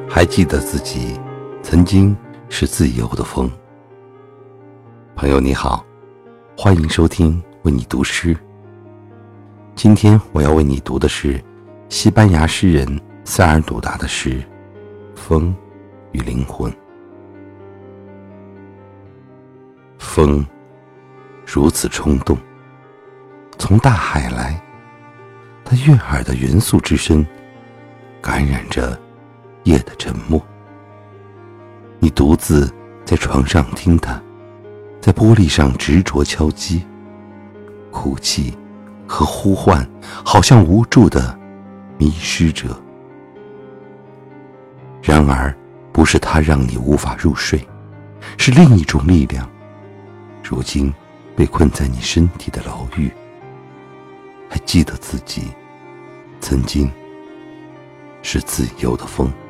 还记得自己曾经是自由的风。朋友你好，欢迎收听为你读诗。今天我要为你读的是西班牙诗人塞尔努达的诗《风与灵魂》。风如此冲动，从大海来，它悦耳的匀速之声感染着夜的沉默。你独自在床上听它在玻璃上执着敲击，哭泣和呼唤好像无助的迷失者。然而不是它让你无法入睡，是另一种力量如今被困在你身体的牢狱。还记得自己曾经是自由的风。